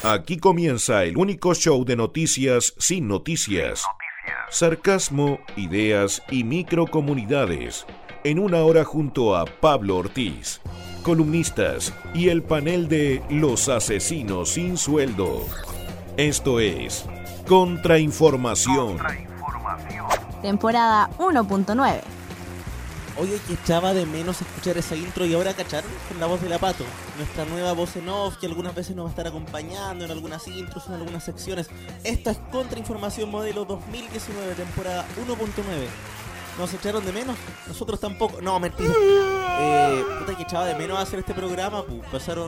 Aquí comienza el único show de noticias sin noticias. Sarcasmo, ideas y microcomunidades. En una hora junto a Pablo Ortiz, columnistas y el panel de Los Asesinos sin Sueldo. Esto es Contrainformación. Temporada 1.9. Oye, que echaba de menos escuchar esa intro y ahora cacharon con la voz de la Pato, nuestra nueva voz en off que algunas veces nos va a estar acompañando en algunas intros, en algunas secciones. Esta es Contrainformación modelo 2019, temporada 1.9. ¿Nos echaron de menos? Nosotros tampoco. No, mentira. Puta que echaba de menos hacer este programa. Pasaron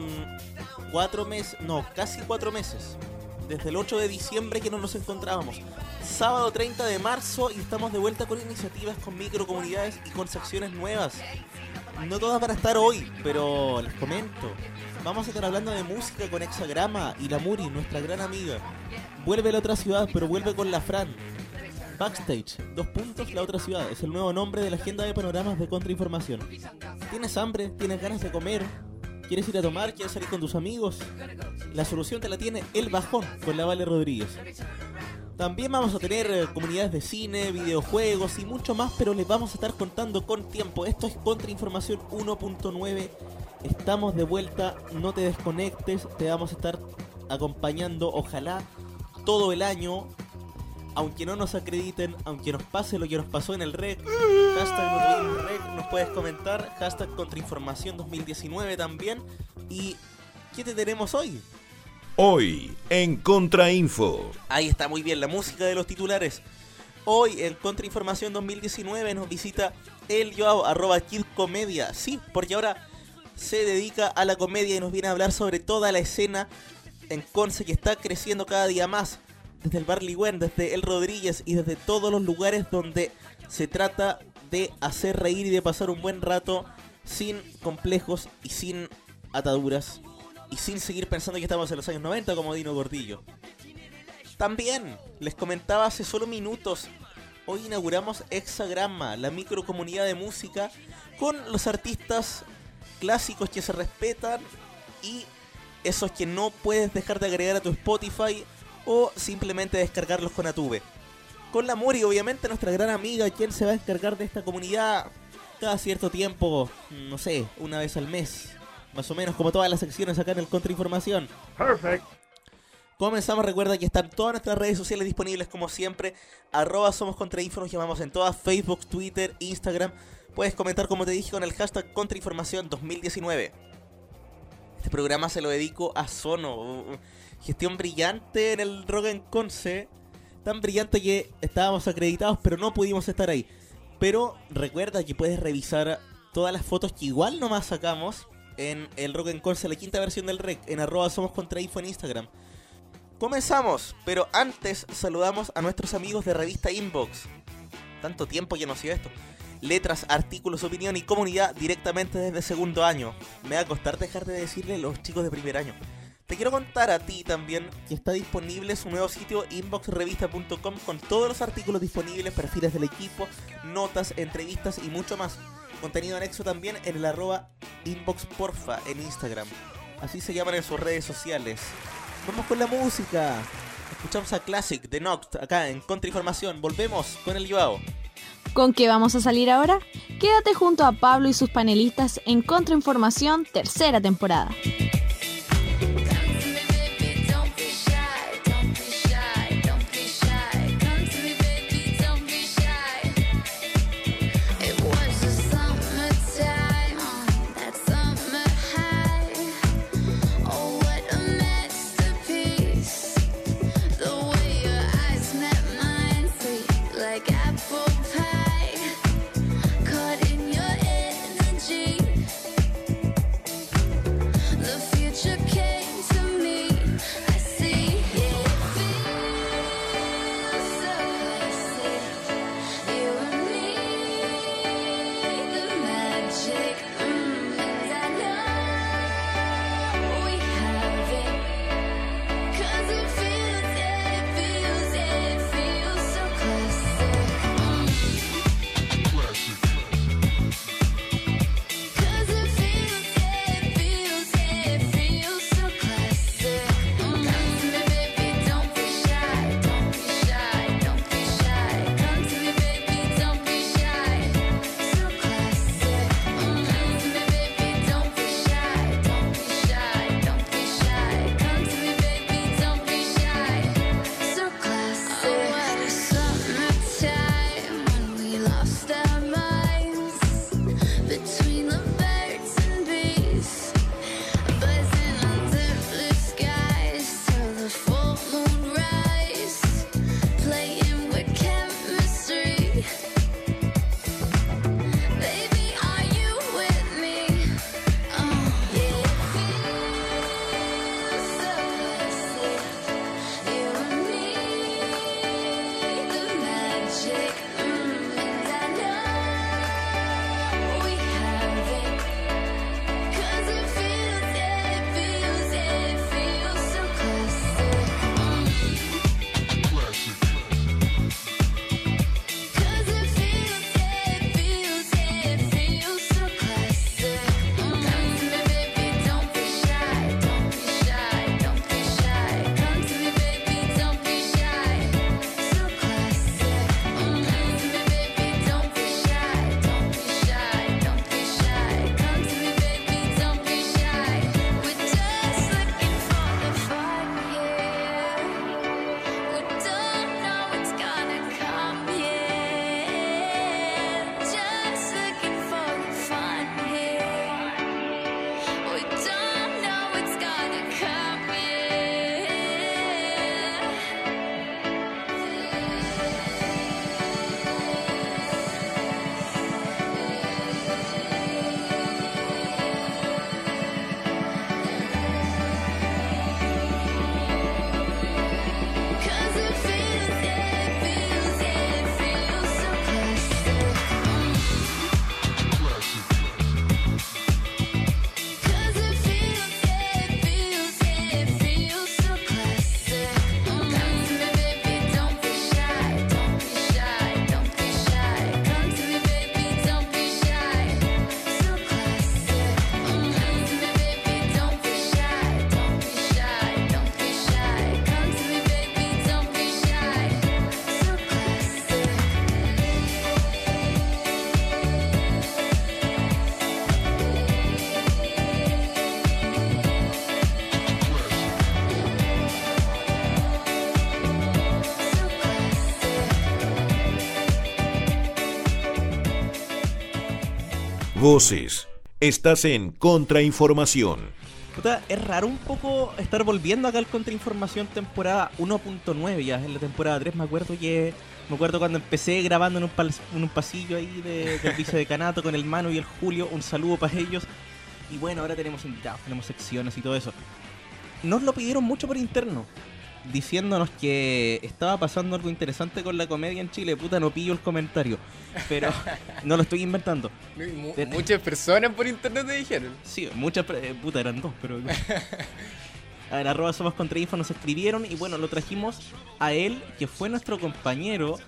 4 meses, no, casi 4 meses. Desde el 8 de diciembre que no nos encontrábamos. Sábado 30 de marzo y estamos de vuelta con iniciativas, con microcomunidades y con secciones nuevas. No todas van a estar hoy, pero les comento. Vamos a estar hablando de música con Hexagrama y la Muri, nuestra gran amiga. Vuelve a la otra ciudad, pero vuelve con la Fran. Backstage, 2 puntos, la otra ciudad. Es el nuevo nombre de la agenda de panoramas de Contrainformación. ¿Tienes hambre? ¿Tienes ganas de comer? ¿Quieres ir a tomar? ¿Quieres salir con tus amigos? La solución te la tiene El Bajón con la Vale Rodríguez. También vamos a tener comunidades de cine, videojuegos y mucho más, pero les vamos a estar contando con tiempo. Esto es Contrainformación 1.9. Estamos de vuelta, no te desconectes, te vamos a estar acompañando, ojalá, todo el año. Aunque no nos acrediten, aunque nos pase lo que nos pasó en el REC, hashtag no tuvimos REC, nos puedes comentar, hashtag Contrainformación 2019 también. ¿Y qué te tenemos hoy? Hoy en Contrainfo. Ahí está muy bien la música de los titulares. Hoy en Contrainformación 2019 nos visita el Joao, @kidcomedia. Sí, porque ahora se dedica a la comedia y nos viene a hablar sobre toda la escena en Conce que está creciendo cada día más. Desde el Bar Ligüen, desde El Rodríguez y desde todos los lugares donde se trata de hacer reír y de pasar un buen rato sin complejos y sin ataduras y sin seguir pensando que estamos en los años 90 como Dino Gordillo. También les comentaba hace solo minutos, hoy inauguramos Hexagrama, la microcomunidad de música con los artistas clásicos que se respetan y esos que no puedes dejar de agregar a tu Spotify o simplemente descargarlos con Atube. Con la Muri, obviamente, nuestra gran amiga, quien se va a encargar de esta comunidad cada cierto tiempo, no sé, una vez al mes, más o menos, como todas las secciones acá en el Contrainformación. Perfect. Comenzamos, recuerda que están todas nuestras redes sociales disponibles como siempre, @somoscontrainfo, nos llamamos en todas, Facebook, Twitter, Instagram. Puedes comentar, como te dije, con el hashtag Contrainformación 2019. Este programa se lo dedico a Sono. Gestión brillante en el Rock en Conce. Tan brillante que estábamos acreditados, pero no pudimos estar ahí. Pero recuerda que puedes revisar todas las fotos que igual nomás sacamos en el Rock en Conce, la quinta versión del REC, en @somoscontrainfo en Instagram. Comenzamos, pero antes saludamos a nuestros amigos de Revista Inbox. Tanto tiempo que no hacía esto. Letras, artículos, opinión y comunidad directamente desde segundo año. Me va a costar dejar de decirle a los chicos de primer año. Te quiero contar a ti también que está disponible su nuevo sitio inboxrevista.com con todos los artículos disponibles, perfiles del equipo, notas, entrevistas y mucho más. Contenido anexo también en el @inboxporfa en Instagram. Así se llaman en sus redes sociales. Vamos con la música. Escuchamos a Classic de Noct acá en Contrainformación. Volvemos con el Joao. ¿Con qué vamos a salir ahora? Quédate junto a Pablo y sus panelistas en Contrainformación, tercera temporada. The Voces. Estás en Contrainformación. Puta, es raro un poco estar volviendo acá al Contrainformación temporada 1.9 ya, en la temporada 3 me acuerdo cuando empecé grabando en un pasillo ahí del vicedecanato con el Manu y el Julio, un saludo para ellos. Y bueno, ahora tenemos invitados, tenemos secciones y todo eso. Nos lo pidieron mucho por interno, diciéndonos que estaba pasando algo interesante con la comedia en Chile. Puta, no pillo el comentario, pero no lo estoy inventando. Muchas personas por internet te dijeron. Sí, muchas, puta, eran dos, pero... A ver, @ Somos Contrainfo nos escribieron y bueno, lo trajimos a él, que fue nuestro compañero.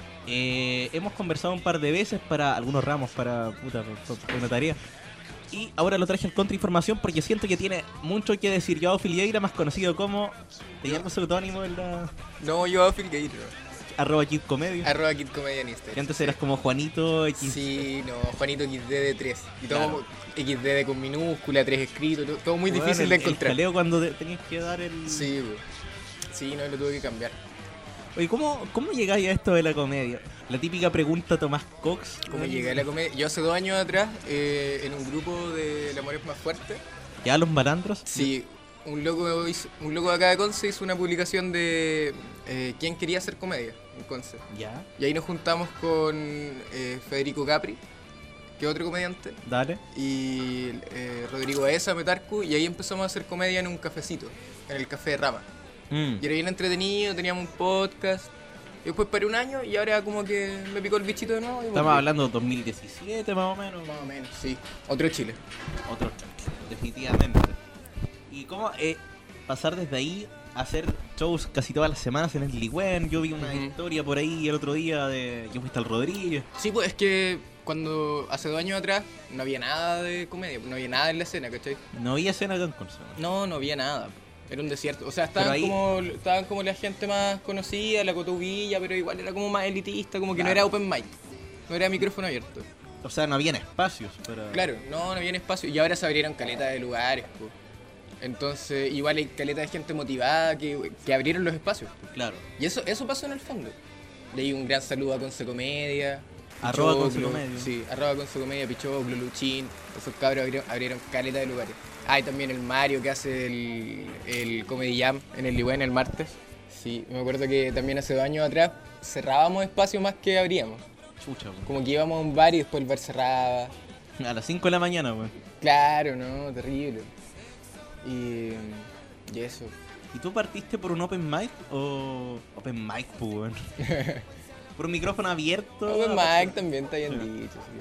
Hemos conversado un par de veces para algunos ramos, para una tarea. Y ahora lo traje al Contrainformación porque siento que tiene mucho que decir. Joao Filgueira, más conocido como... ¿Tenía algún seudónimo en la...? No, Joao Filgueira. @KidComedia. @KidComedia en Instagram. Y antes eras como Juanito X. Sí, no, Juanito XD de 3. Y todo claro. XD con minúscula, 3 escrito, todo muy difícil de encontrar. El jaleo cuando tenías que dar el... Sí, bro. Sí, no, lo tuve que cambiar. Oye, ¿cómo llegáis a esto de la comedia? La típica pregunta Tomás Cox. ¿Cómo llegué a la comedia? Yo hace 2 años atrás, en un grupo de El Amor es Más Fuerte. ¿Ya los malandros? Sí, un loco de acá de Conce hizo una publicación de quién quería hacer comedia en Conce. Ya. Y ahí nos juntamos con Federico Capri, que es otro comediante. Dale. Y Rodrigo Aesa, Metarcu, y ahí empezamos a hacer comedia en un cafecito, en el Café de Rama. Y era bien entretenido, teníamos un podcast. Y después paré un año y ahora como que me picó el bichito de nuevo. Estamos hablando de 2017 más o menos. Más o menos, sí. Otro Chile. Otro Chile, definitivamente. ¿Y cómo pasar desde ahí a hacer shows casi todas las semanas en el Ligüen? Yo vi una historia por ahí el otro día de que fuiste al Rodríguez. Sí, pues es que cuando hace 2 años atrás no había nada de comedia, no había nada en la escena, ¿cachai? No había escena acá en Conce. No había nada. Era un desierto, o sea, estaban como la gente más conocida, la Cotuvilla, pero igual era como más elitista, como que claro. No era open mic, no era micrófono abierto. O sea, no habían espacios para... Claro, no habían espacios y ahora se abrieron caletas de lugares, pues. Entonces igual hay caleta de gente motivada que abrieron los espacios, pues. Claro. Y eso pasó en el fondo. Le di un gran saludo a Conce Comedia, @ConceComedia. Sí, @ConceComedia, Pichoclo, Luchín, esos cabros abrieron caleta de lugares. Ah, y también el Mario que hace el Comedy Jam en el Ligüen el martes. Sí, me acuerdo que también hace 2 años atrás cerrábamos espacio más que abríamos. Chucha, güey. Como que íbamos a un bar y después el bar cerraba. A las 5 de la mañana, güey. Claro, no, terrible. Y eso. ¿Y tú partiste por un open mic o open mic, pues, güey? ¿Por un micrófono abierto? Open mic también te hayan dicho, sí.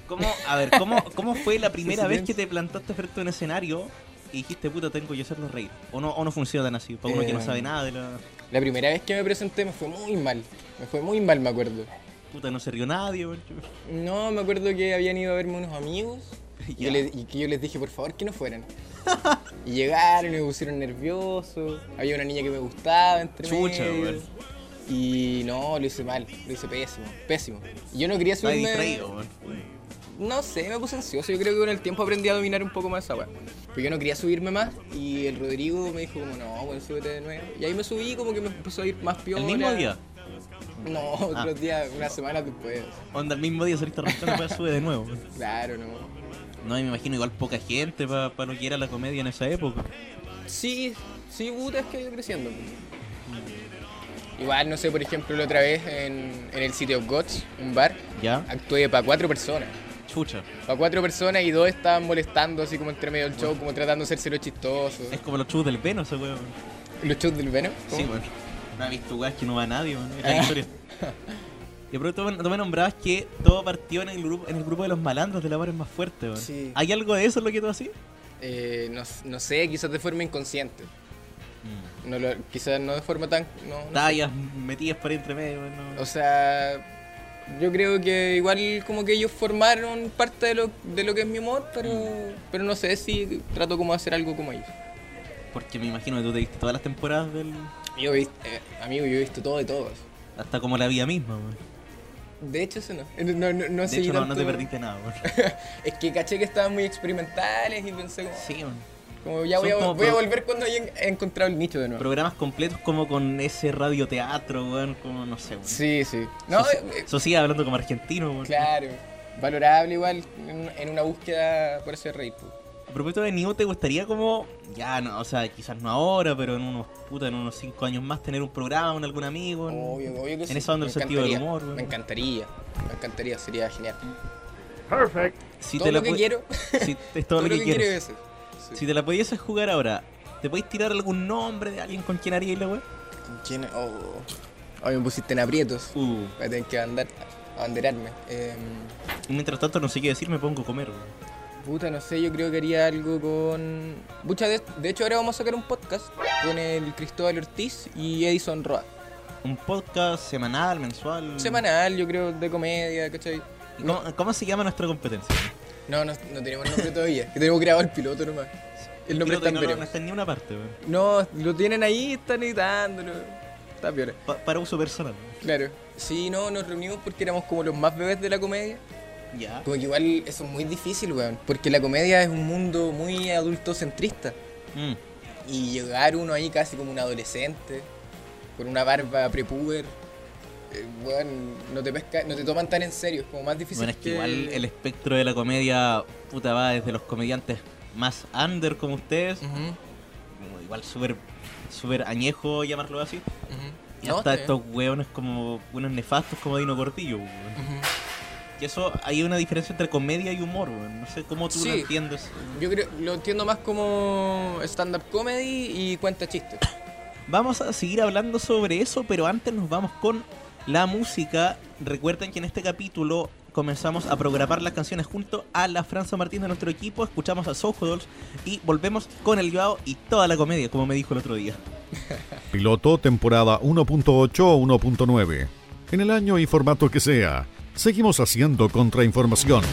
¿Cómo fue la primera vez que te plantaste frente a un escenario y dijiste, puta, tengo que hacerlo reír? ¿O no funciona tan así? Para uno que no sabe nada de la... La primera vez que me presenté me fue muy mal. Me acuerdo. Puta, no se rió nadie, güey. No, me acuerdo que habían ido a verme unos amigos y que yo les dije, por favor, que no fueran. Y llegaron y me pusieron nervioso. Había una niña que me gustaba entre Chucha, medio. güey. Y no, lo hice mal, lo hice pésimo. Y yo no quería subirme... distraído, güey. No sé, me puse ansioso. Yo creo que con el tiempo aprendí a dominar un poco más esa weá. Pero yo no quería subirme más y el Rodrigo me dijo como, no, bueno, súbete de nuevo. Y ahí me subí, como que me empezó a ir más piola. ¿El mismo día? No, otros días, unas semanas después. Onda, el mismo día saliste arrancando para sube de nuevo. Claro, no. No, y me imagino igual poca gente para lo que era la comedia en esa época. Sí, puta, es que ha ido creciendo. Igual, no sé, por ejemplo, la otra vez en el City of Gods, un bar, ¿Ya? actué para 4 personas. Chucha. Para 4 personas y 2 estaban molestando así como entre medio del show, como tratando de hacérselo chistoso. Es como los shows del Veno, ese weón. ¿Los shows del Veno? Sí, weón. No he visto weas que no va nadie, weón. Es la historia. Y por tú me nombrabas que todo partió en el grupo de los malandros de La Amor es Más Fuerte, weón. Sí. ¿Hay algo de eso en lo que tú hacías? No sé, quizás de forma inconsciente. Quizás no de forma tan... No tallas metidas por ahí entre medio, weón. No. O sea... Yo creo que igual como que ellos formaron parte de lo que es mi humor, pero no sé si trato como de hacer algo como ellos. Porque me imagino que tú te viste todas las temporadas del... Amigo, yo he visto todo de todos. Hasta como la vida misma, weón. De hecho eso no de hecho no te perdiste nada, weón. Es que caché que estaban muy experimentales y pensé como... Sí, weón. Como ya voy a volver cuando haya encontrado el nicho de nuevo. Programas completos como con ese radioteatro, weón, como no sé, weón. Sí. No, Eso sigue hablando como argentino, weón. Claro. valorable igual en una búsqueda por ese rate. Pues. A propósito de Nioh, ¿te gustaría como, ya no, o sea, quizás no ahora, pero en unos 5 años más tener un programa con algún amigo? Obvio que sí. En esa onda del sentido del humor. Me encantaría, sería genial. Perfect. Si todo te lo la que quiero. quiero, Es todo lo que quiero quieres. es eso. Sí. Si te la pudieses jugar ahora, ¿te podéis tirar algún nombre de alguien con quien haríais la wea? ¿Con quién? Oh, me pusiste en aprietos. Voy a tener que abanderarme. Y mientras tanto no sé qué decir, me pongo a comer. Puta, no sé, yo creo que haría algo con... de hecho, ahora vamos a sacar un podcast con el Cristóbal Ortiz y Edison Roa. Un podcast semanal, mensual. Semanal, yo creo, de comedia, ¿cachai? ¿Cómo se llama nuestra competencia? No tenemos nombre todavía. Que tenemos grabado el piloto nomás. El nombre está en veremos. No está en ni una parte, weón. No, lo tienen ahí, están editándolo. Está peor. Para uso personal. Claro. Sí, no, nos reunimos porque éramos como los más bebés de la comedia. Ya. Como que igual eso es muy difícil, weón. Porque la comedia es un mundo muy adultocentrista. Y llegar uno ahí casi como un adolescente, con una barba prepuber, weón, no te toman tan en serio. Es como más difícil. Bueno, es que igual el espectro de la comedia, puta, va desde los comediantes más under como ustedes, como igual súper añejo, llamarlo así, y hasta estos weones como unos nefastos como Dino Gordillo, weón. Y eso, hay una diferencia entre comedia y humor, weón. No sé cómo tú lo entiendes. Yo creo, lo entiendo más como stand-up comedy y cuenta chistes. Vamos a seguir hablando sobre eso, pero antes nos vamos con la música. Recuerden que en este capítulo comenzamos a programar las canciones junto a la Franza Martín de nuestro equipo. Escuchamos a Soho Dolls y volvemos con el Joao y toda la comedia, como me dijo el otro día. Piloto, temporada 1.8 o 1.9. En el año y formato que sea, seguimos haciendo contrainformación.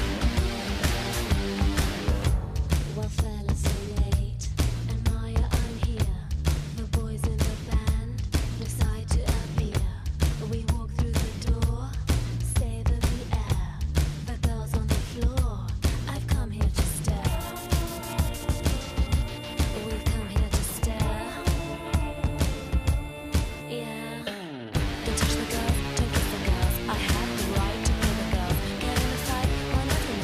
Touch the girls, don't kiss the girls. I have the right to play the girls. Get in a fight, one of them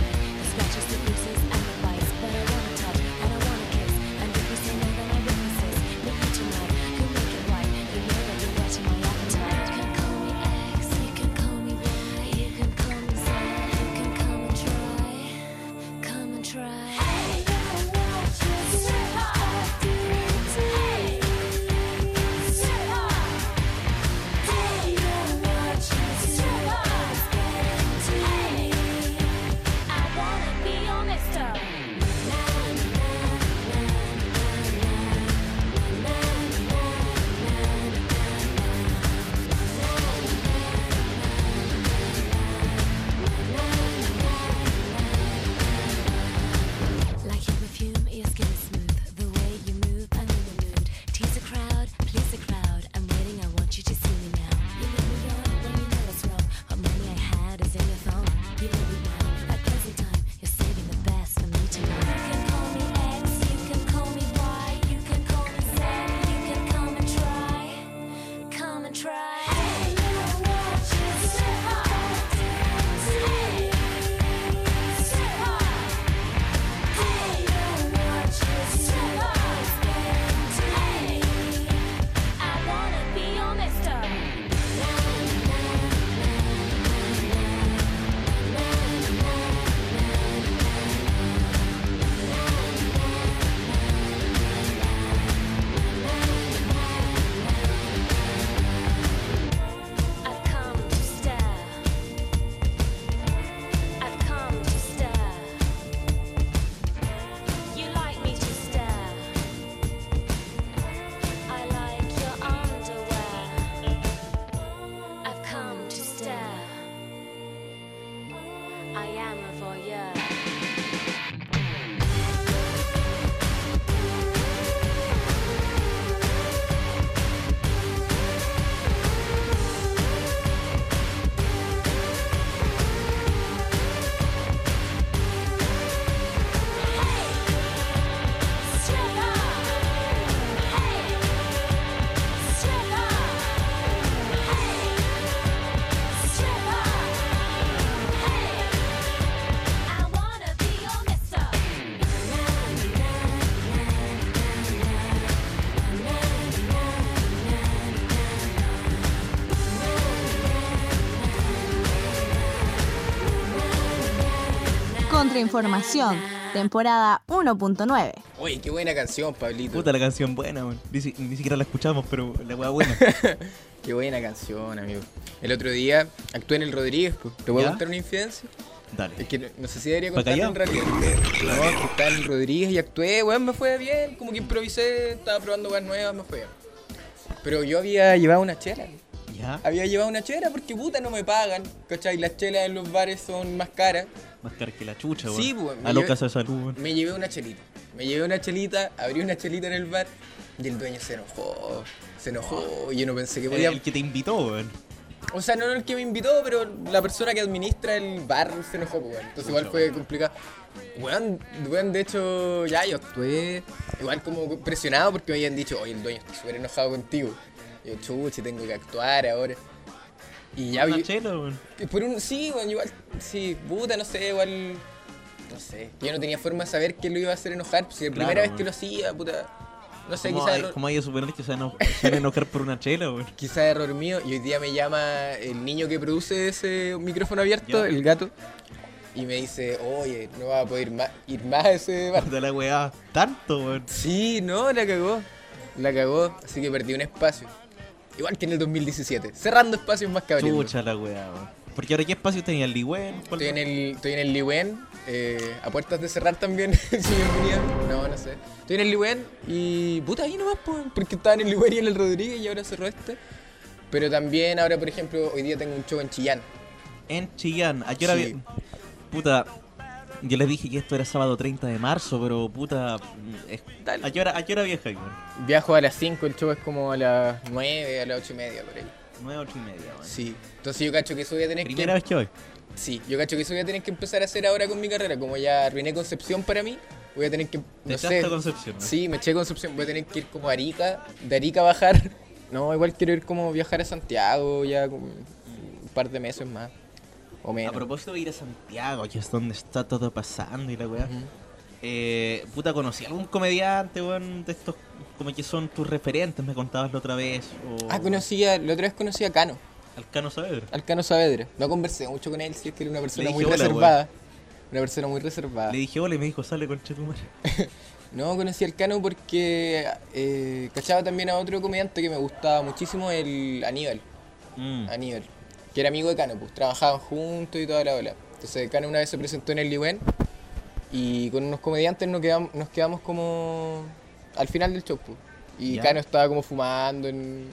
Contrainformación, temporada 1.9. Oye, qué buena canción, Pablito. Puta, la canción buena, weón. Ni siquiera la escuchamos, pero la weá buena. Qué buena canción, amigo. El otro día actué en el Rodríguez, pues. ¿Te puedo ¿Ya? contar una infidencia? Dale. Es que no sé si debería ¿Pa' contarlo callado? en realidad. No, que estaba en el Rodríguez y actué, weón, me fue bien. Como que improvisé, estaba probando weas nuevas, me fue bien. Pero yo había llevado una chela. ¿Ya? Había llevado una chela porque puta no me pagan, ¿cachai? Las chelas en los bares son más caras. Más cara que la chucha, weón. Sí, pues. A los casos de salud, weón. Me llevé una chelita. Me llevé una chelita, abrí una chelita en el bar y el dueño se enojó. Se enojó y yo no pensé que podía. El que te invitó, weón. O sea, no el que me invitó, pero la persona que administra el bar se enojó, pues, weón. Entonces igual fue complicado. Weón, de hecho, ya yo actué igual como presionado porque me habían dicho, oye, el dueño está súper enojado contigo. Y yo, chuchi, tengo que actuar ahora. Y ya Una vi. chela, weón. Sí, weón, igual, sí, puta, no sé, igual. No sé. Yo no tenía forma de saber que lo iba a hacer enojar. Pues, si la Claro, primera vez weón. que lo hacía, puta. No sé, ¿Cómo hay que suponer que se van a enojar por una chela, weón? quizá error mío. Y hoy día me llama el niño que produce ese micrófono abierto, Ya. el gato. Y me dice, oye, no vas a poder ir más a ese bar. Puta la weá. Tanto, weón. Sí, no, la cagó. La cagó, así que perdí un espacio. Igual que en el 2017. Cerrando espacios más cabrón. Chucha la weá, weón. Porque ahora, ¿qué espacio tenía? ¿El Ligüen? Estoy en el Liwen, a puertas de cerrar también, si bienvenida. No sé. Estoy en el Liwen y puta ahí nomás, porque estaba en el Liwen y en el Rodríguez y ahora cerró este. Pero también ahora, por ejemplo, hoy día tengo un show en Chillán. En Chillán. ¿A qué hora Sí. Puta, yo les dije que esto era sábado 30 de marzo, pero puta... Dale. ¿A qué hora viaja, weón? Viajo a las 5, el show es como a las 9, a las 8:30 por ahí. 9, 8 y media, weón. Sí. Entonces yo cacho que eso voy a tener Primera vez que voy. Sí, yo cacho que eso voy a tener que empezar a hacer ahora con mi carrera. Como ya arruiné Concepción para mí, voy a tener que... Te No echaste sé. a Concepción, ¿no? Sí, me eché a Concepción. Voy a tener que ir como a Arica. De Arica a bajar. No, igual quiero ir como viajar a Santiago ya como un par de meses más. O A menos. propósito de ir a Santiago, aquí es donde está todo pasando y la weá. Puta, conocí a algún comediante, weón, de estos como que son tus referentes, me contabas la otra vez. O... La otra vez conocí a Cano, Al Cano Saavedra. al Cano Saavedra. No conversé mucho con él, si es que era una persona Le muy dije, hola, reservada. Una persona muy reservada. Le dije hola y me dijo, sale con Chetumar. No, conocí al Cano porque cachaba también a otro comediante que me gustaba muchísimo, el Aníbal. Aníbal, que era amigo de Cano, pues trabajaban juntos y toda la ola. Entonces Cano una vez se presentó en el Liwen y con unos comediantes nos quedamos como al final del show, pues. Y Ya. Cano estaba como fumando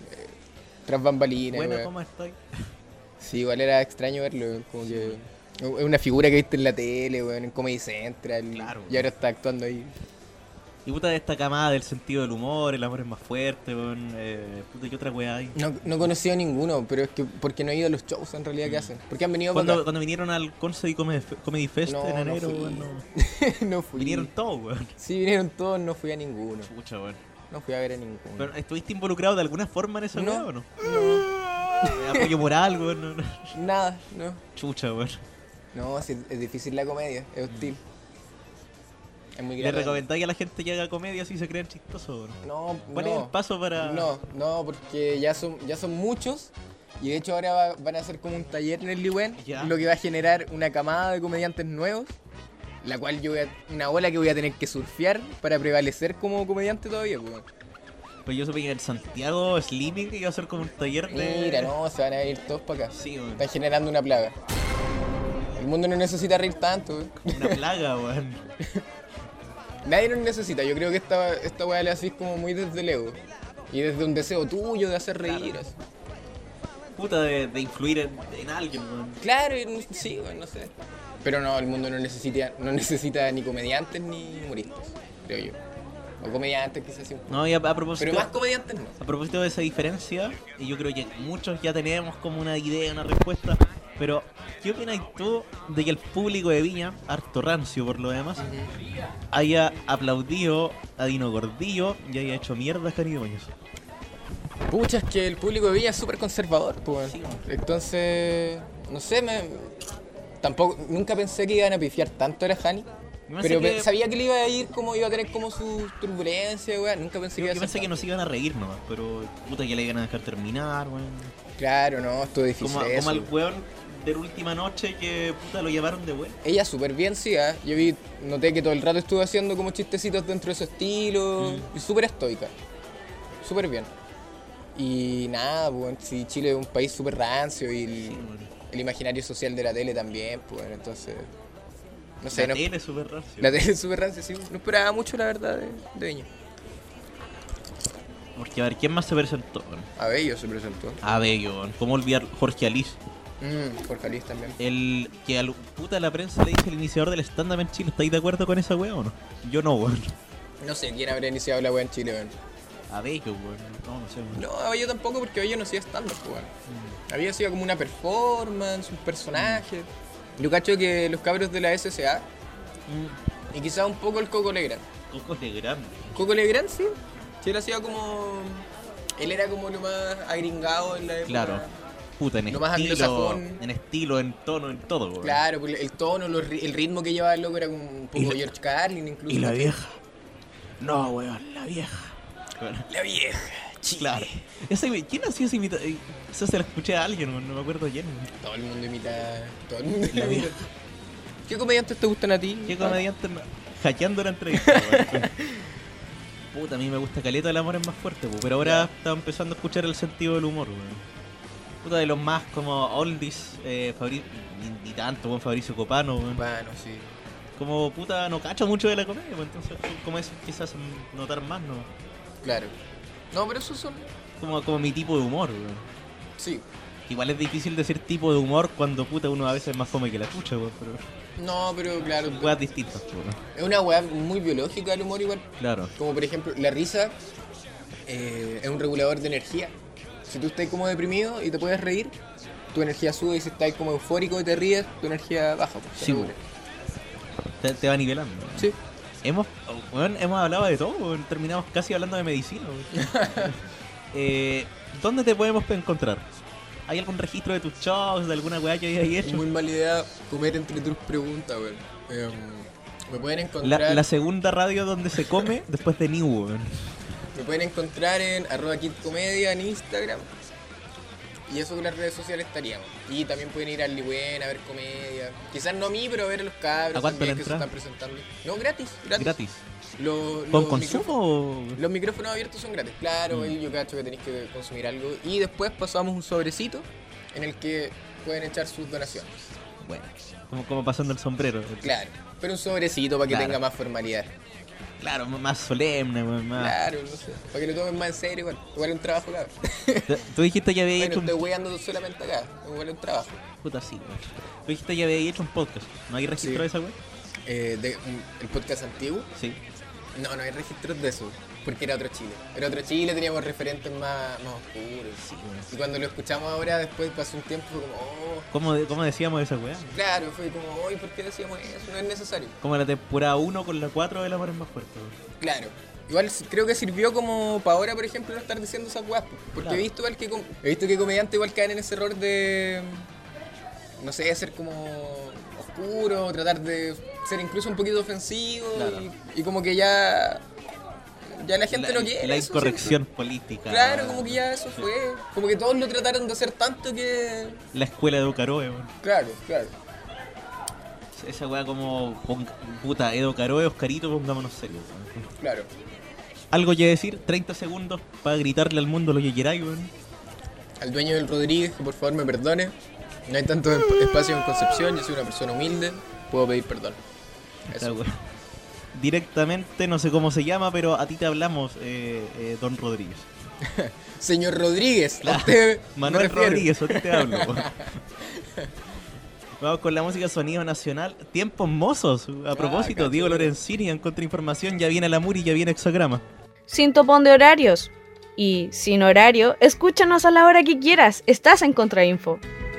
tras bambalinas. Bueno, weón. ¿cómo estás? Sí, igual era extraño verlo, weón, como que es una figura que viste en la tele, weón, en Comedy Central, Claro, y ahora está actuando ahí. Y puta de esta camada del sentido del humor, el amor es más fuerte, weón. Puta, ¿qué otra weá hay? No he conocido a ninguno, pero es que porque no he ido a los shows en realidad que hacen. Porque han venido para Cuando vinieron al Conce Comedy Fest No, en no enero, fui. weón, no. no fui. Vinieron todos, weón. Sí, vinieron todos, no fui a ninguno. Pucha, weón. No fui a ver a ninguno. Pero, ¿estuviste involucrado de alguna forma en esa No. weá o no? Apoyo moral, weón. No. Nada, no. Chucha, weón. No, sí, es difícil la comedia, es hostil. Es muy ¿Le grande. recomendáis a la gente que haga comedia si se crean chistosos, weón? No, ¿Cuál es el paso para...? No, porque ya son muchos. Y de hecho ahora van a hacer como un taller en el Liwen, Ya. lo que va a generar una camada de comediantes nuevos, la cual una ola que voy a tener que surfear para prevalecer como comediante todavía, pues. Pues yo supe que en Santiago Slimming iba a ser como un taller de... Mira, no, se van a ir todos para acá. Sí, weón. Están generando una plaga. El mundo no necesita reír tanto, weón. Una plaga, weón. Nadie nos necesita. Yo creo que esta weá le así como muy desde el ego. Y desde un deseo tuyo de hacer reír. Así. Puta de influir en alguien, weón. Claro, sí, weón, no sé. Pero no, el mundo no necesita ni comediantes ni humoristas, creo yo. O comediantes quizás sí un poco. No, y a propósito... Pero más comediantes no. A propósito de esa diferencia, y yo creo que muchos ya tenemos como una idea, una respuesta, pero ¿qué opinas tú de que el público de Viña, harto rancio por lo demás, haya aplaudido a Dino Gordillo y haya hecho mierda a Cani Dueñas? Pucha, es que el público de Villa es súper conservador, pues. Sí, Entonces, no sé, nunca pensé que iban a pifiar tanto a la Hani. Yo pensé Pero que- sabía que le iba a ir como iba a tener como sus turbulencias, weón. Nunca pensé que Yo iba a ser pensé que tanto. nos iban a reír nomás, pero puta que le iban a dejar terminar, weón. Claro, no, estuvo difícil Como eso. al weón de la última noche que puta lo llevaron de vuelta. Ella súper bien, sí, ¿eh? Noté que todo el rato estuvo haciendo como chistecitos dentro de su estilo, y súper estoica, súper bien. Y nada, pues, si Chile es un país súper rancio y el imaginario social de la tele también, pues, entonces... No sé, La tele es súper rancio. La tele es súper rancia, sí. No esperaba mucho, la verdad, de Viña. Porque a ver, ¿quién más se presentó? Abello se presentó. Abello, ¿cómo olvidar Jorge Alice? Jorge Alice también. El que a puta la prensa le dice el iniciador del stand-up en Chile. ¿Estáis de acuerdo con esa wea o no? Yo no, weón. No sé quién habría iniciado la wea en Chile, weón. Abello, weón. No sé, weón. No, Abello tampoco, porque Abello no hacía stand-up, weón. Había sido como una performance, un personaje. Yo cacho que los cabros de la SSA y quizás un poco el Coco Legrand. Coco Legrand. Coco Legrand, sí. Sí, él hacía como... Él era como lo más agringado en la época. Claro. Puta, en lo más estilo, anglosajón. en estilo, en tono, en todo, weón. Claro, pues el tono, el ritmo que llevaba el loco era como un poco George Carlin incluso. Y la vieja. No, weón, la vieja. Bueno. La vieja. Chile. Claro. ¿Quién hacía esa imitación? Eso se la escuché a alguien, no me acuerdo quién. Todo el mundo imita. Todo el mundo La imita. vieja. ¿Qué comediantes te gustan a ti? ¿Qué comediante? Hackeando la entrevista, weón. Puta, a mí me gusta caleta, el amor es más fuerte, po, pero ahora estaba empezando a escuchar el sentido del humor, weón. Puta, de los más como oldies, ni tanto, weón, Fabricio Copano, weón. Bueno, sí. Como puta, no cacho mucho de la comedia, pues, entonces como eso quizás notar más, ¿no? Claro. No, pero esos son... Como mi tipo de humor, weón. Sí. Igual es difícil decir tipo de humor cuando puta uno a veces es más fome que la chucha, weón, pero... No, pero claro. Son weas distintas, weón. Es una weá muy biológica el humor igual. Claro. Como por ejemplo, la risa es un regulador de energía. Si tú estás como deprimido y te puedes reír, tu energía sube, y si estás como eufórico y te ríes, tu energía baja. Pues, Sí, weón. Te va nivelando, weón. Sí. Hemos hablado de todo, weón. Terminamos casi hablando de medicina, weón. ¿Dónde te podemos encontrar? ¿Hay algún registro de tus shows, de alguna weá que hayas hecho? Muy mala idea comer entre tus preguntas, weón. Me pueden encontrar... La segunda radio donde se come después de New, weón. Me pueden encontrar en @KidComedia en Instagram. Y eso con las redes sociales estaríamos. Y también pueden ir al Ligüen a ver comedia. Quizás no a mí, pero a ver a los cabros ¿A cuánto también la que se entrada? están presentando. No, gratis. Gratis. Los ¿Con consumo o...? Los micrófonos abiertos son gratis, claro, y yo cacho que tenéis que consumir algo. Y después pasamos un sobrecito en el que pueden echar sus donaciones. Bueno, como pasando el sombrero. Claro, pero un sobrecito para que Claro. tenga más formalidad. Claro, más solemne, más... Claro, no sé, para que lo tomen más en serio igual. Igual es un trabajo, cabrón. Tú dijiste que había Bueno, hecho un... estoy weando solamente acá, igual es un trabajo. Puta, sí, weón. Tú dijiste que había hecho un podcast. ¿No hay registro Sí. de esa weá? El podcast antiguo, Sí. no hay registros de eso, porque era otro Chile. Era otro Chile, teníamos referentes más oscuros. Sí, weón. Y cuando lo escuchamos ahora, después pasó un tiempo, fue como, ¿Cómo decíamos esa weá? claro, fue como, ¿por qué decíamos eso? No es necesario. Como la temporada 1 con la 4 del amor es más fuerte, weón. Claro. Igual creo que sirvió como para ahora, por ejemplo, no estar diciendo esas weas. Porque Claro. he visto igual he visto que comediantes igual caen en ese error de, no sé, ser como oscuro, tratar de ser incluso un poquito ofensivo. Claro. Y como que ya la gente no quiere La eso, incorrección política. Claro, como que ya eso fue. Como que todos lo trataron de hacer tanto que... La escuela de Caroe, weón. Claro. Esa weá como... Puta, Edo Caroe, Oscarito, pongámonos serios, weón. Claro. Algo que decir, 30 segundos para gritarle al mundo lo que queráis, weón. Al dueño del Rodríguez, que por favor me perdone. No hay tanto espacio en Concepción, yo soy una persona humilde, puedo pedir perdón. Esa Eso. weá. Directamente, no sé cómo se llama, pero a ti te hablamos, Don Rodríguez. Señor Rodríguez, Claro. a usted me Manuel refiero. Rodríguez, a ti te hablo, weón. Vamos con la música sonido nacional. Tiempos mozos. A propósito, cacho. Diego Lorenzini en Contrainformación. Ya viene la Muri, ya viene Exagrama. Sin topón de horarios. Y sin horario, escúchanos a la hora que quieras. Estás en Contrainfo.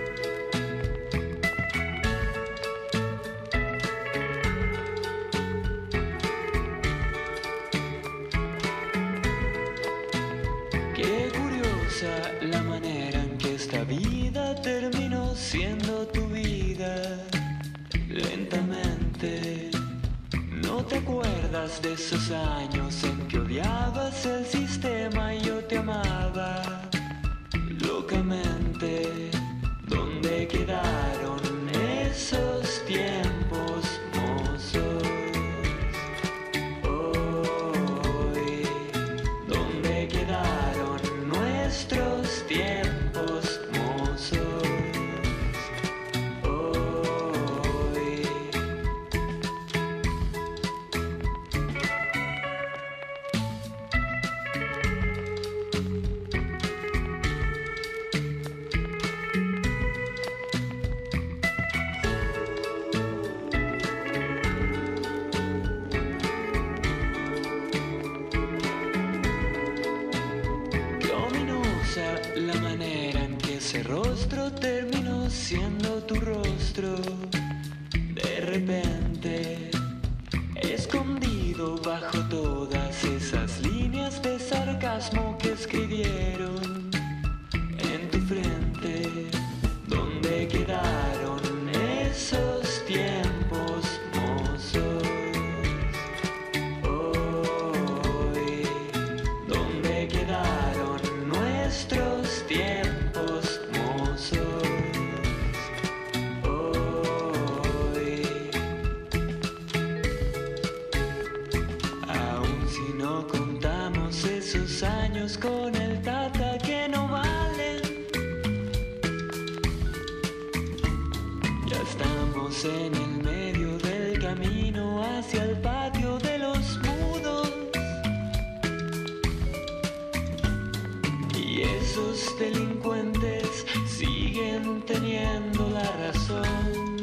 Qué curiosa la manera en que esta vida terminó siendo tu vida. Lentamente, no te acuerdas de esos años en que odiabas el sistema y yo te amaba. Locamente, ¿dónde quedaron la manera en que ese rostro terminó siendo tu rostro. De repente, escondido bajo todas esas líneas de sarcasmo que escribieron en tu frente, ¿dónde quedaron esos tiempos mozos? Hoy, ¿dónde quedaron nuestros tiempos mozos? Hoy, aun si no contamos esos años con el tata que no valen, ya estamos en el medio del camino hacia el patio de los mudos. Y esos delincuentes siguen teniendo la razón.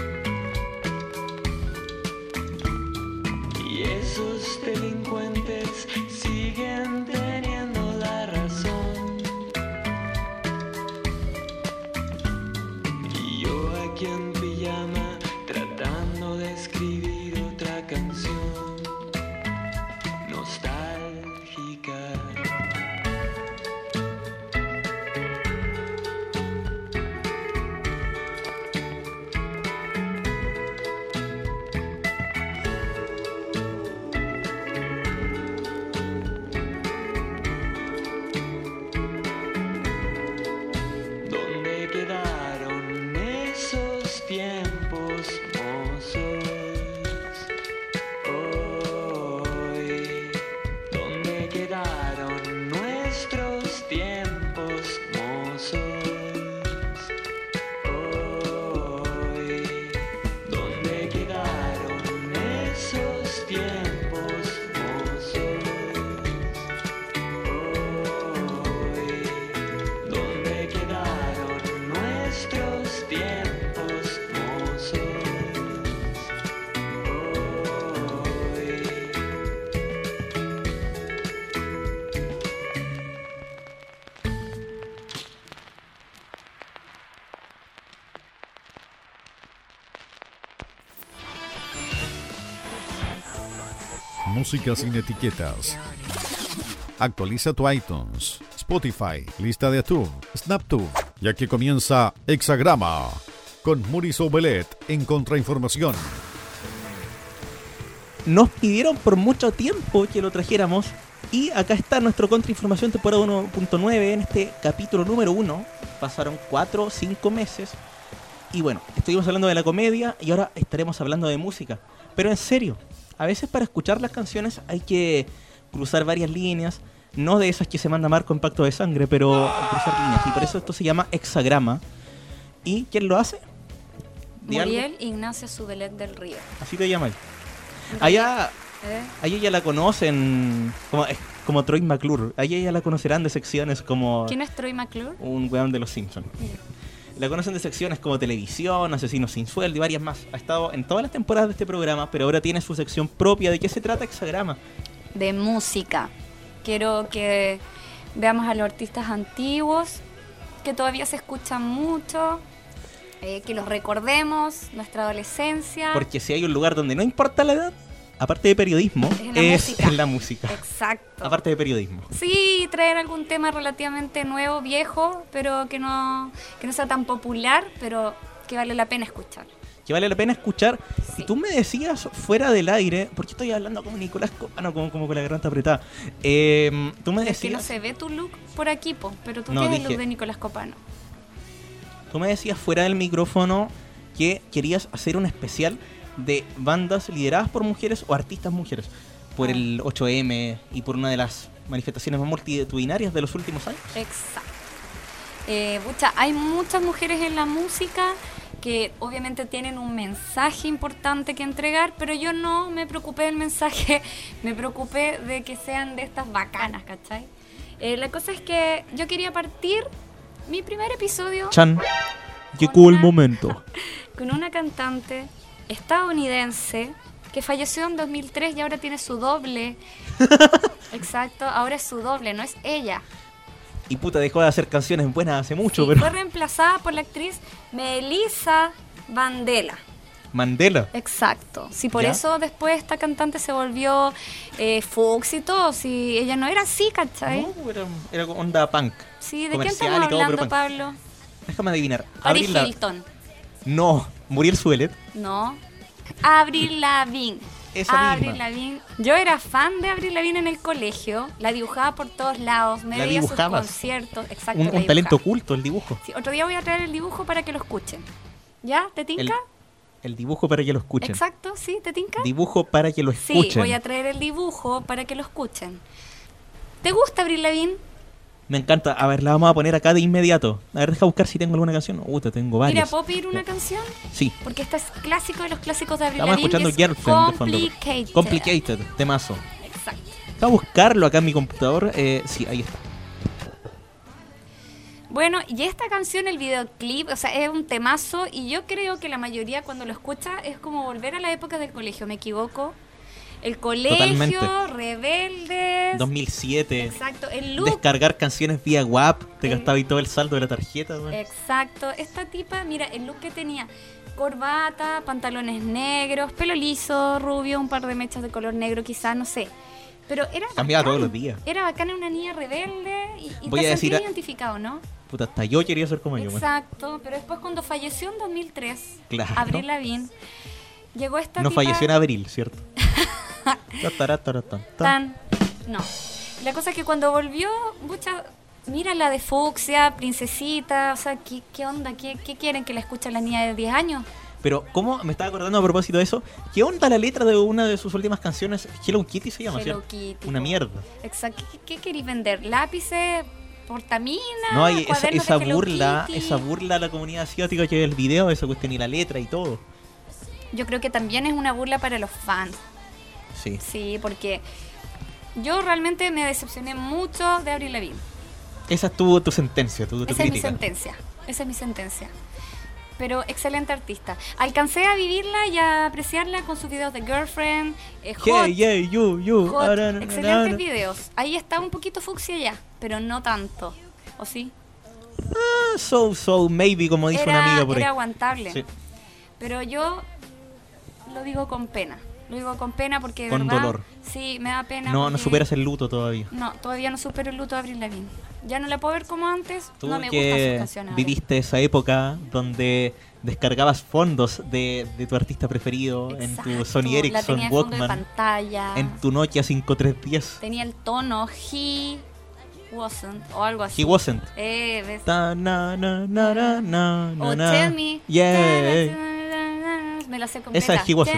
Y esos delincuentes siguen teniendo la razón. Y yo aquí en pijama tratando de escribir otra canción nostálgica. ¿Dónde quedaron esos tiempos mozos? Hoy, ¿dónde quedaron nuestros tiempos mozos? Hoy, ¿dónde quedaron esos tiempos mozos? Hoy, ¿dónde quedaron nuestros tiempos mozos? Hoy. Música sin etiquetas. Actualiza tu iTunes, Spotify, lista de YouTube, SnapTube, ya que comienza Hexagrama con Mauricio Belet en Contrainformación. Nos pidieron por mucho tiempo que lo trajéramos y acá está nuestro Contrainformación temporada 1.9 en este capítulo número 1. Pasaron 4 o 5 meses y bueno, estuvimos hablando de la comedia y ahora estaremos hablando de música. Pero en serio, a veces para escuchar las canciones hay que cruzar varias líneas, no de esas que se manda Marco en Pacto de Sangre, pero cruzar líneas, y por eso esto se llama Hexagrama. ¿Y quién lo hace? ¿Di algo? Muriel Ignacia Subelet del Río. Así te llamas. Allá ella la conocen como Troy McClure. Allá ella la conocerán de secciones como ¿Quién es Troy McClure? un weón de los Simpsons. La conocen de secciones como Televisión, Asesinos sin sueldo y varias más. Ha estado en todas las temporadas de este programa, pero ahora tiene su sección propia. ¿De qué se trata Hexagrama? De música. Quiero que veamos a los artistas antiguos, que todavía se escuchan mucho, que los recordemos, nuestra adolescencia. Porque si hay un lugar donde no importa la edad, aparte de periodismo, es en la música. Exacto. Aparte de periodismo. Sí, traer algún tema relativamente nuevo, viejo, pero que no sea tan popular, pero que vale la pena escuchar. Que vale la pena escuchar. Sí. Y tú me decías fuera del aire, porque estoy hablando como Nicolás Copano, como con la garganta apretada. Tú me Es que no decías, se ve tu look por aquí, pero tú No, tienes el dije- look de Nicolás Copano. tú me decías fuera del micrófono que querías hacer un especial de bandas lideradas por mujeres o artistas mujeres por el 8M y por una de las manifestaciones más multitudinarias de los últimos años. Exacto. Hay muchas mujeres en la música que obviamente tienen un mensaje importante que entregar, pero yo no me preocupé del mensaje, me preocupé de que sean de estas bacanas, ¿cachai? La cosa es que yo quería partir mi primer episodio Chan, llegó el momento. con una cantante estadounidense que falleció en 2003 y ahora tiene su doble. Exacto, ahora es su doble, no es ella. Y puta, dejó de hacer canciones buenas hace mucho, Sí, pero... fue reemplazada por la actriz Melissa Vandela. Mandela. Exacto. Sí, por ¿Ya? eso después esta cantante se volvió Fox y todo. Si ella no era así, ¿cachai? No, era onda punk. Sí, ¿de quién Comercial estamos y todo, pero hablando, punk. Pablo? Déjame adivinar. Paris Avril La- Hilton. No, Muriel Suelet. No. Avril Lavigne. Esa Avril misma. Lavigne. Yo era fan de Avril Lavigne en el colegio. La dibujaba por todos lados. Me ¿La veía sus dibujabas? conciertos. Exacto. Un la talento dibujaba. oculto, el dibujo. Sí, otro día voy a traer el dibujo para que lo escuchen. ¿Ya? ¿Te tinca? El dibujo para que lo escuchen. Exacto, sí, ¿te tinca? Dibujo para que lo Sí, escuchen. voy a traer el dibujo para que lo escuchen. ¿Te gusta Avril Lavigne? Me encanta. A ver, la vamos a poner acá de inmediato. A ver, deja buscar si tengo alguna canción. Te tengo Mira, varias. ¿puedo pedir una canción? Sí. Porque este es clásico de los clásicos de Avril Estamos Lavigne. escuchando y es Girlfriend de fondo. Complicated. Complicated, temazo. Exacto. Voy a buscarlo acá en mi computador. Sí, ahí está. Bueno, y esta canción, el videoclip, o sea, es un temazo y yo creo que la mayoría cuando lo escucha es como volver a la época del colegio, ¿me equivoco? El colegio, Totalmente. rebeldes. 2007. Exacto, el look. Descargar canciones vía WAP. Te El- gastaba ahí todo el saldo de la tarjeta. Güey. Exacto, esta tipa, mira, el look que tenía, corbata, pantalones negros, pelo liso, rubio, un par de mechas de color negro quizás, no sé. Pero era Cambiaba bacán. todos los días. Era bacana, una niña rebelde y Voy te a decir sentías a- identificado, ¿no? Puta, hasta yo quería ser como yo. güey. Exacto, pero después cuando falleció en 2003, Claro. Avril Lavigne, llegó esta No tipa falleció en abril, ¿cierto? tan... No. La cosa es que cuando volvió, mira la de fucsia, princesita, o sea, ¿qué onda? ¿Qué quieren que la escuche la niña de 10 años? Pero, ¿cómo? Me estaba acordando a propósito de eso. ¿Qué onda la letra de una de sus últimas canciones? Hello Kitty se llama, Hello ¿cierto? Kitty, Una po. mierda. Exacto. ¿Qué queréis vender? ¿Lápices? ¿Portamina? No, hay esa, ¿Cuadernos esa de Hello burla, Kitty? esa burla a la comunidad asiática que ve el video, esa cuestión y la letra y todo. Yo creo que también es una burla para los fans. Sí. Sí, porque yo realmente me decepcioné mucho de Avril Lavigne. Esa es tu sentencia, tu Esa es mi crítica. sentencia. Esa es mi sentencia. Pero excelente artista. Alcancé a vivirla y a apreciarla con sus videos de Girlfriend, Hot, Hey, yeah, you. Hot, Ah, na, na, excelentes na. videos. Ahí está un poquito fucsia ya, pero no tanto. ¿O sí? Ah, so, maybe, como dice una amiga por ahí. Era aguantable. Sí. Pero yo lo digo con pena. Lo digo con pena porque de Con verdad, dolor. Sí, me da pena. No porque- superas el luto todavía. No, todavía no supero el luto de Avril Lavigne. Ya no la puedo ver como antes. Tú No me gustan sus que canciones. ahora. viviste esa época donde descargabas fondos de tu artista preferido en tu Exacto, Sony la Ericsson tenía de fondo de Walkman, pantalla. en tu Nokia 5310. Tenía el tono He wasn't o algo así. He wasn't. ¿Ves? Ta, na, na, na, na, na, O na. Tell Me. Yeah. Me la sé completa. Esa es He wasn't.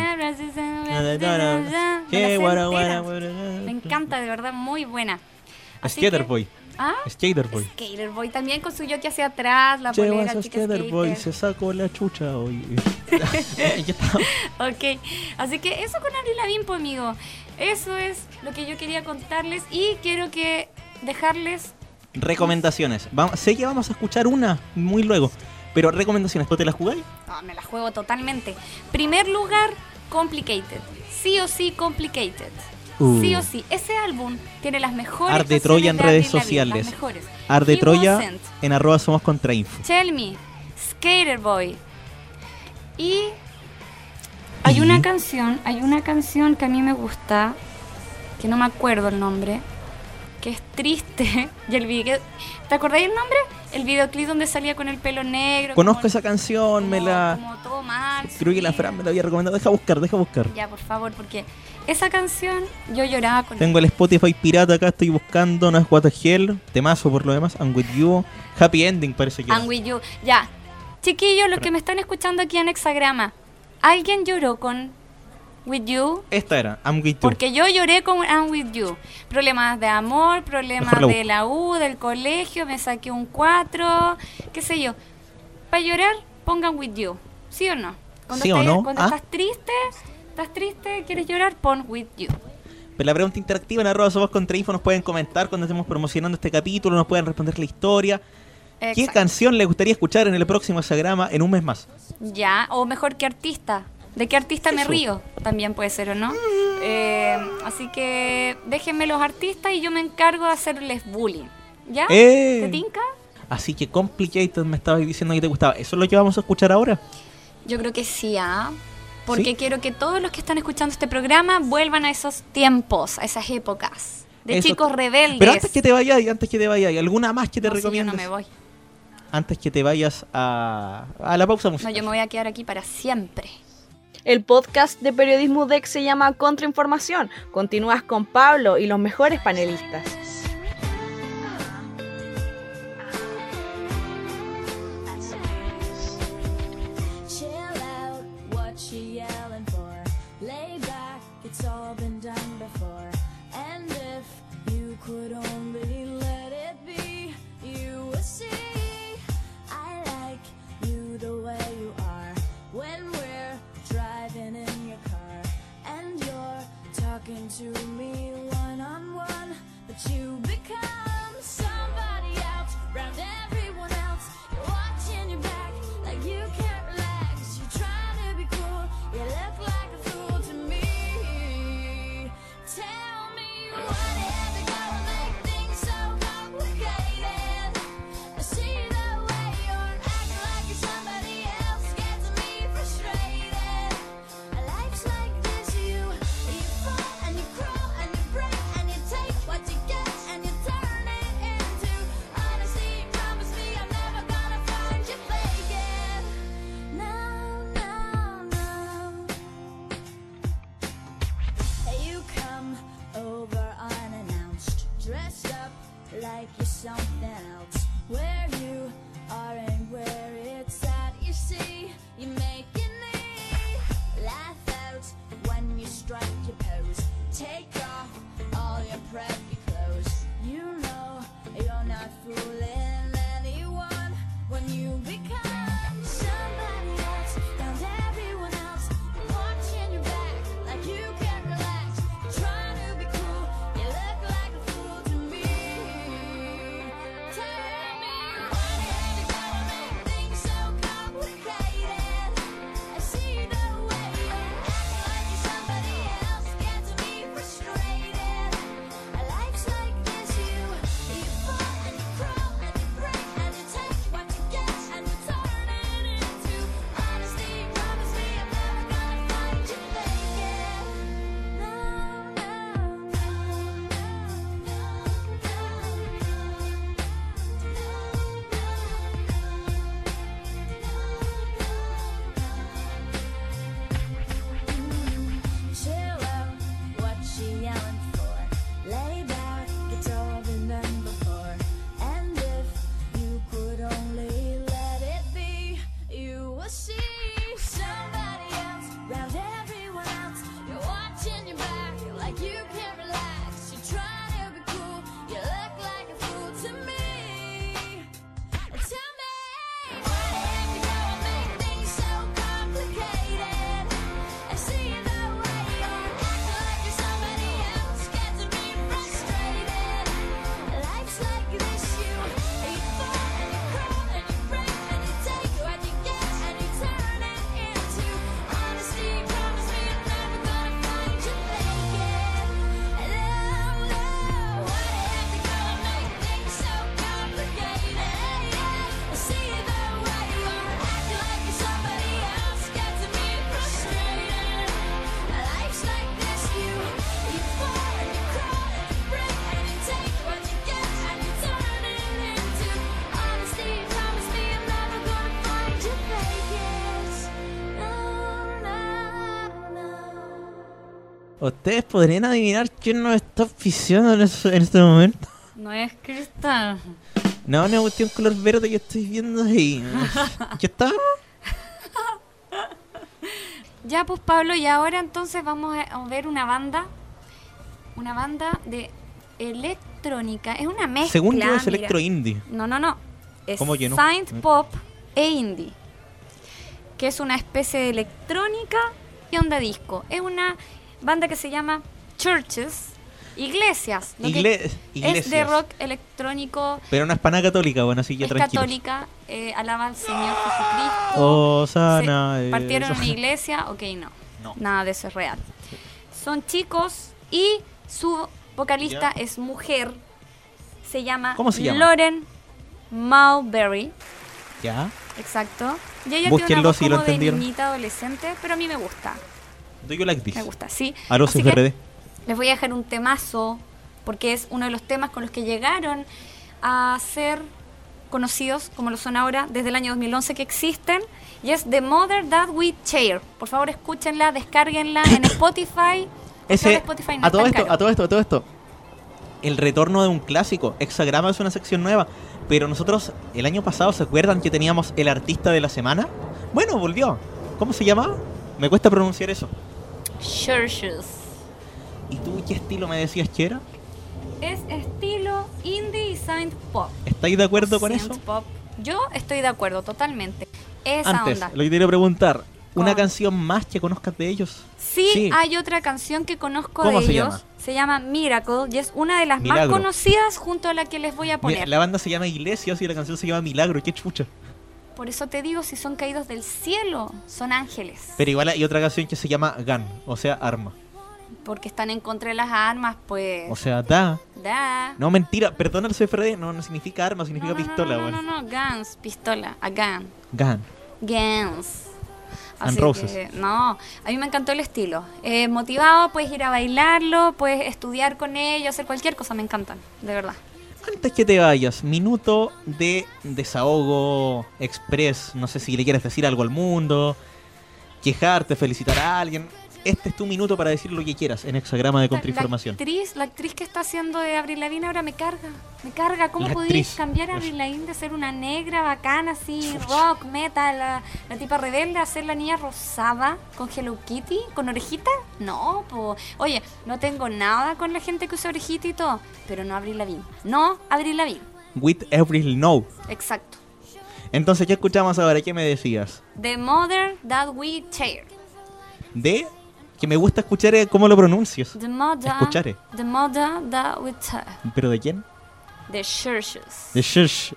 Hey, wara, wara, wara. Me encanta, de verdad, muy buena. Así Skater que- Boy. ¿Ah? Skater Boy. Skater Boy también con su jockey hacia atrás, la Llevas polera, a chica Skater Boy, skater. se sacó la chucha hoy. Ya está. Ok, así que eso con Avril Lavigne, pues, amigo. Eso es lo que yo quería contarles y quiero que dejarles. Recomendaciones. Sé que vamos a escuchar una muy luego, pero recomendaciones, ¿tú te las jugáis? No, me la juego totalmente. Primer lugar, Complicated. Sí o sí, Complicated. Sí o sí. Ese álbum tiene las mejores Arde canciones Troya en de redes Avril Lavigne, sociales. Las mejores. Arde He Troya Wasn't, en @somoscontrainfo. Tell Me, Skater Boy. Y hay una canción que a mí me gusta, que no me acuerdo el nombre, que es triste. Y el video, ¿te acordáis el nombre? El videoclip donde salía con el pelo negro. Conozco como- esa canción, como todo mal. creo que la sí. Fran me la había recomendado. Deja buscar. Ya, por favor, porque esa canción yo lloraba con Tengo el Spotify pirata acá, estoy buscando, no es What the Hell, temazo por lo demás, I'm With You, Happy Ending parece que I'm era. With You. Ya, chiquillos, los que me están escuchando aquí en Hexagrama, ¿alguien lloró con With You? Esta era, I'm With You. Porque yo lloré con I'm With You. Problemas de amor, problemas Mejor la de la U, del colegio, me saqué un 4, qué sé yo. Para llorar, pongan With You. ¿Sí o no? Cuando ¿Sí o no? Cuando Ah. estás triste, quieres llorar, pon With You. Pero la pregunta interactiva en @somoscontrainfo nos pueden comentar cuando estemos promocionando este capítulo, nos pueden responder la historia. ¿Qué Exacto. canción les gustaría escuchar en el próximo Hexagrama en un mes más? Ya, o mejor, ¿qué artista? ¿De qué artista me Eso. río? También puede ser, ¿o no? Así que déjenme los artistas y yo me encargo de hacerles bullying. ¿Ya? ¿Te tinca? Así que Complicated me estabas diciendo que te gustaba. ¿Eso es lo que vamos a escuchar ahora? Yo creo que sí, ¿ah? Porque ¿Sí? quiero que todos los que están escuchando este programa vuelvan a esos tiempos, a esas épocas de Eso chicos rebeldes. Pero antes que te vayas, ¿alguna más que te No, sí, yo recomiendas? no me voy. Antes que te vayas a la pausa musical. No, yo me voy a quedar aquí para siempre. El podcast de Periodismo UDEC se llama Contrainformación. Continúas con Pablo y los mejores panelistas. To me one-on-one, but you become somebody else, round everyone else. You're watching your back like you can't relax. You're trying to be cool, you look like a fool to me. Tell me what have you got to make things so complicated? I see the way you're acting like you're somebody else, gets me frustrated. Life's like this, you fall and you crawl and you break and you take what you get and you turn it into honesty. Promise me I'm never gonna find you faking. No, no, no. You come over unannounced, dressed up like you're something else. Where you are and where it's at, you see, you're making me laugh out when you strike your pose. Take off all your preppy clothes. You know you're not fooling anyone when you become somebody else, down to everyone else. Watching your back like you can't relax. Trying to be cool, you look like a fool to me. Tell me what have you got to make things so complicated? I see the way you're acting like you're somebody else, gets me frustrated. Life's like this, you fall and you crawl and you break and you take what you get and you turn it into honesty. Promise me I'm never gonna find you faking. No, no, chill out, what you yelling for? Lay back, it's all been done before. And if you could only let it be, you will see somebody else, round everyone else. You're watching your back like you can't relax. You're trying to be cool, you look like a fool to me. Tell me, what have you got to make things so complicated? I see the way you're acting like you're somebody else, gets me frustrated. Life's like this, you fall and you crawl and you break and you take what you get and you turn it into honesty. Promise me I'm never gonna find you faking. No, no, what have you got to make things so complicated? I see the way you're acting like you're somebody else, gets me frustrated. Life's like this, you fall and you crawl and you break and you take what you get and you turn it into honesty. Promise me I'm never gonna find you faking. No, no, no. ¿Ustedes podrían adivinar quién nos está oficiando en este momento? No es Cristal. No, una cuestión color verde que estoy viendo ahí. ¿Qué está? Ya pues Pablo, y ahora entonces vamos a ver una banda de electrónica. Es una mezcla. Según yo es mira. electro indie. No. Es ¿Cómo que no? synth pop e indie. Que es una especie de electrónica y onda disco. Es una banda que se llama Churches, Iglesias. Lo que Iglesias. es de rock electrónico. Pero no es pana católica, bueno, así que Es tranquilos. católica, alaba al Señor Jesucristo. Oh, sana. Partieron en una iglesia, ok, no. Nada de eso es real. Son chicos y su vocalista es mujer. Se llama, ¿Cómo se llama? Lauren Mulberry. ¿Ya? Exacto. Y ella tiene Búsquenlo una voz si lo como de entendieron. niñita adolescente, pero a mí me gusta. Do you like this? Me gusta, sí. A los Así que FRD. les voy a dejar un temazo, porque es uno de los temas con los que llegaron a ser conocidos, como lo son ahora, desde el año 2011 que existen, y es The Mother That We Share. Por favor, escúchenla, descárguenla en Spotify. Ese, Spotify no a todo es tan esto, caro. a todo esto. El retorno de un clásico. Hexagrama es una sección nueva. Pero nosotros, el año pasado, ¿se acuerdan que teníamos el artista de la semana? Bueno, volvió. ¿Cómo se llamaba? Me cuesta pronunciar eso. Churches. ¿Y tú qué estilo me decías que era? Es estilo indie y synth pop. ¿Estáis de acuerdo con Synth eso? pop. Yo estoy de acuerdo, totalmente. Esa Antes, onda. lo que te quiero preguntar. ¿Una ¿Cuál? canción más que conozcas de ellos? Sí, hay otra canción que conozco ¿Cómo de se ellos. llama? Se llama Miracle y es una de las más Milagro. conocidas junto a la que les voy a poner. Mira, la banda se llama Iglesias y la canción se llama Milagro. ¡Qué chucha! Por eso te digo, si son caídos del cielo, son ángeles. Pero igual hay otra canción que se llama Gun, o sea, arma. Porque están en contra de las armas, pues. O sea, da. Da. No, mentira, perdona el CFRD, no significa arma, significa No, pistola, no, weón. no, guns, pistola, a gun. Gun. Guns. And Así Roses. que, no, a mí me encantó el estilo. Motivado, puedes ir a bailarlo, puedes estudiar con ellos, hacer cualquier cosa, me encantan, de verdad. Antes que te vayas, minuto de desahogo express. No sé si le quieres decir algo al mundo, quejarte, felicitar a alguien. Este es tu minuto para decir lo que quieras en Hexagrama de Contrainformación. La actriz que está haciendo de Avril Lavigne ahora me carga. ¿Cómo La podéis actriz. cambiar a Avril Lavigne de ser una negra bacana, así, rock, metal, la tipa rebelde, a ser la niña rosada con Hello Kitty, con orejita? No, po. Oye, no tengo nada con la gente que usa orejita y todo, pero no Avril Lavigne. No Avril Lavigne. With Avril No. Exacto. Entonces, ¿qué escuchamos ahora? ¿Qué me decías? The Mother That We Share. De que me gusta escuchar cómo lo pronuncias. The Mother. Escucharé. The Mother That We Share. ¿Pero de quién? The Churches. De Shush.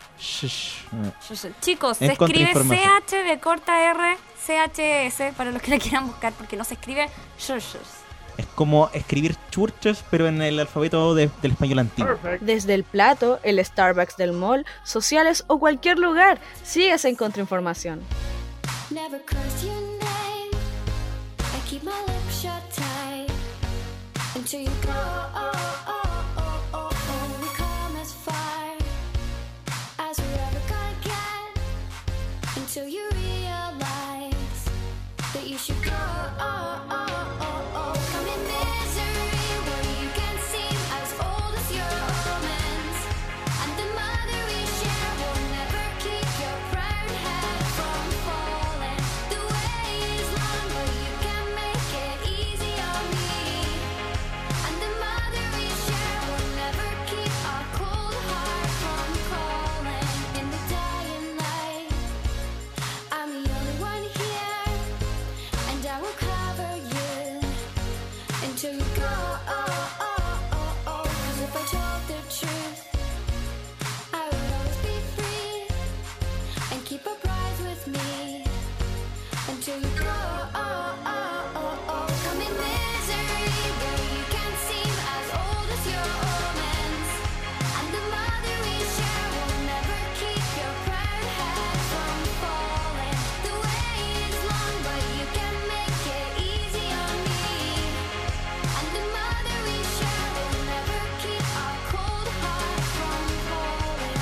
Chicos, se En escribe contrainformación. CH de corta R, CHS, para los que la quieran buscar, porque no se escribe Churches. Es como escribir churches, pero en el alfabeto del español antiguo. Desde el plato, el Starbucks del mall, sociales o cualquier lugar, sigues en Contrainformación. Never curse your name. I keep my lips shut tight until you go. We come as far as we're ever gonna get until you realize that you should go. Come in misery where you can seem as old as your omens, and the mother we share will never keep your proud head from falling. The way is long, but you can make it easy on me. And the mother we share will never keep our cold heart from calling. In the dying light, I'm the only one here, and I will cover you until you go. 'Cause if I told the truth, I would always be free and keep a prize with me until you go. Come in misery where you can seem as old as your omens, and the mother we share will never keep your proud head from falling. The way is long, but you can make it easy on me. And the mother we share will never keep our cold heart from falling.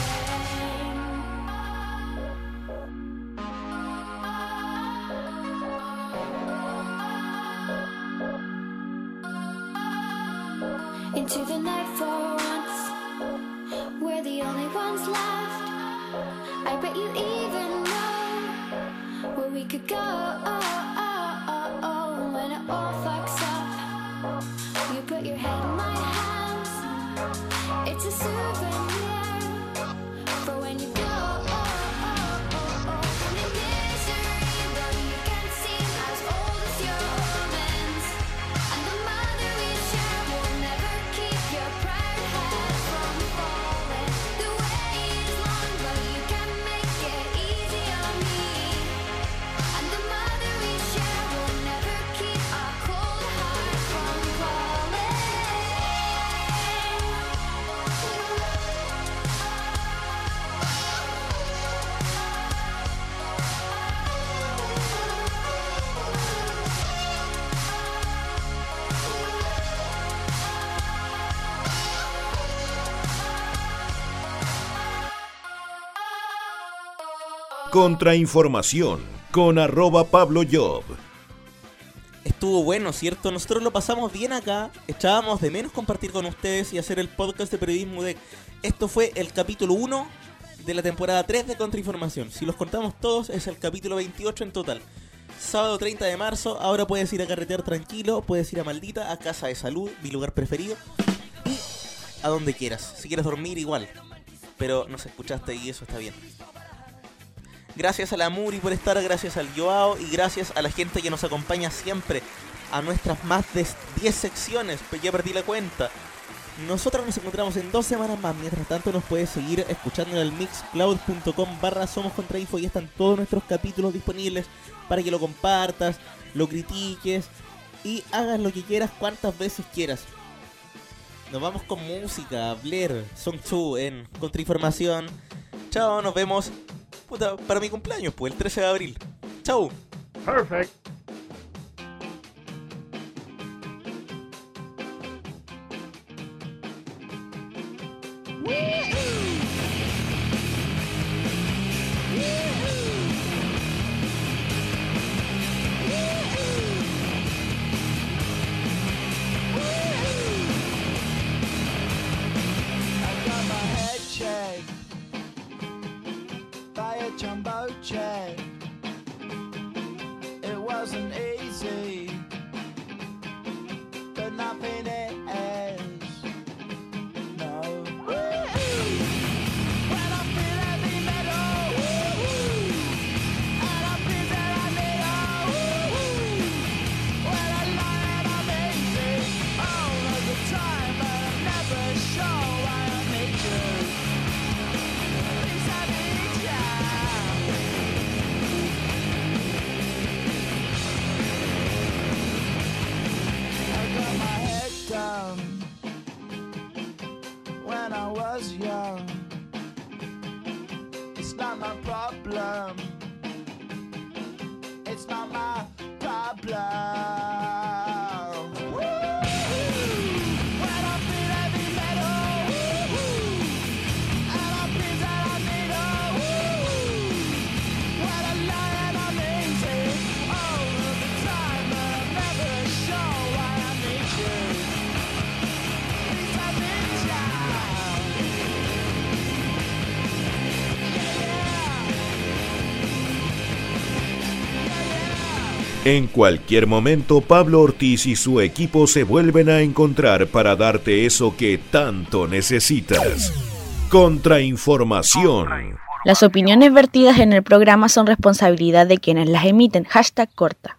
Into the night for once, we're the only ones left. I bet you even know where we could go when it all fucks up. You put your head in my hands. It's a souvenir for when you go. Come in misery where you can seem as old as your omens, and the mother we share will never keep your proud head from falling. The way is long, but you can make it easy on me. And the mother we share will never keep our cold heart from calling. Contrainformación con @PabloJob. Estuvo bueno, ¿cierto? Nosotros lo pasamos bien acá. Echábamos de menos compartir con ustedes y hacer el podcast de Periodismo UDEC. Esto fue el capítulo 1 de la temporada 3 de Contrainformación. Si los contamos todos, es el capítulo 28 en total. Sábado 30 de marzo, ahora puedes ir a carretear tranquilo, puedes ir a Maldita, a Casa de Salud, mi lugar preferido, y a donde quieras. Si quieres dormir, igual. Pero nos escuchaste y eso está bien. Gracias a la Muri por estar, gracias al Joao y gracias a la gente que nos acompaña siempre a nuestras más de 10 secciones, pues ya perdí la cuenta. Nosotros nos encontramos en 2 semanas más. Mientras tanto nos puedes seguir escuchando en el mixcloud.com/somoscontrainfo y están todos nuestros capítulos disponibles para que lo compartas, lo critiques y hagas lo que quieras cuantas veces quieras. Nos vamos con música, Blair, Song 2 en Contrainformación. Chao, nos vemos para mi cumpleaños, pues el 13 de abril. Chao. Perfect. Jumbo jet. It wasn't easy, but nothing is. No. When I feel heavy metal, and I feel that I need when I lie and I'm easy all of the time, but I'm never sure why I need you. Please, I need you. When I was young, it's not my problem. It's not my problem. When I feel heavy metal, and I feel that I need when I lie and I'm easy all of the time, but I'm never sure why I need you. Please, I need you. En cualquier momento, Pablo Ortiz y su equipo se vuelven a encontrar para darte eso que tanto necesitas. Contrainformación. Las opiniones vertidas en el programa son responsabilidad de quienes las emiten. #corta.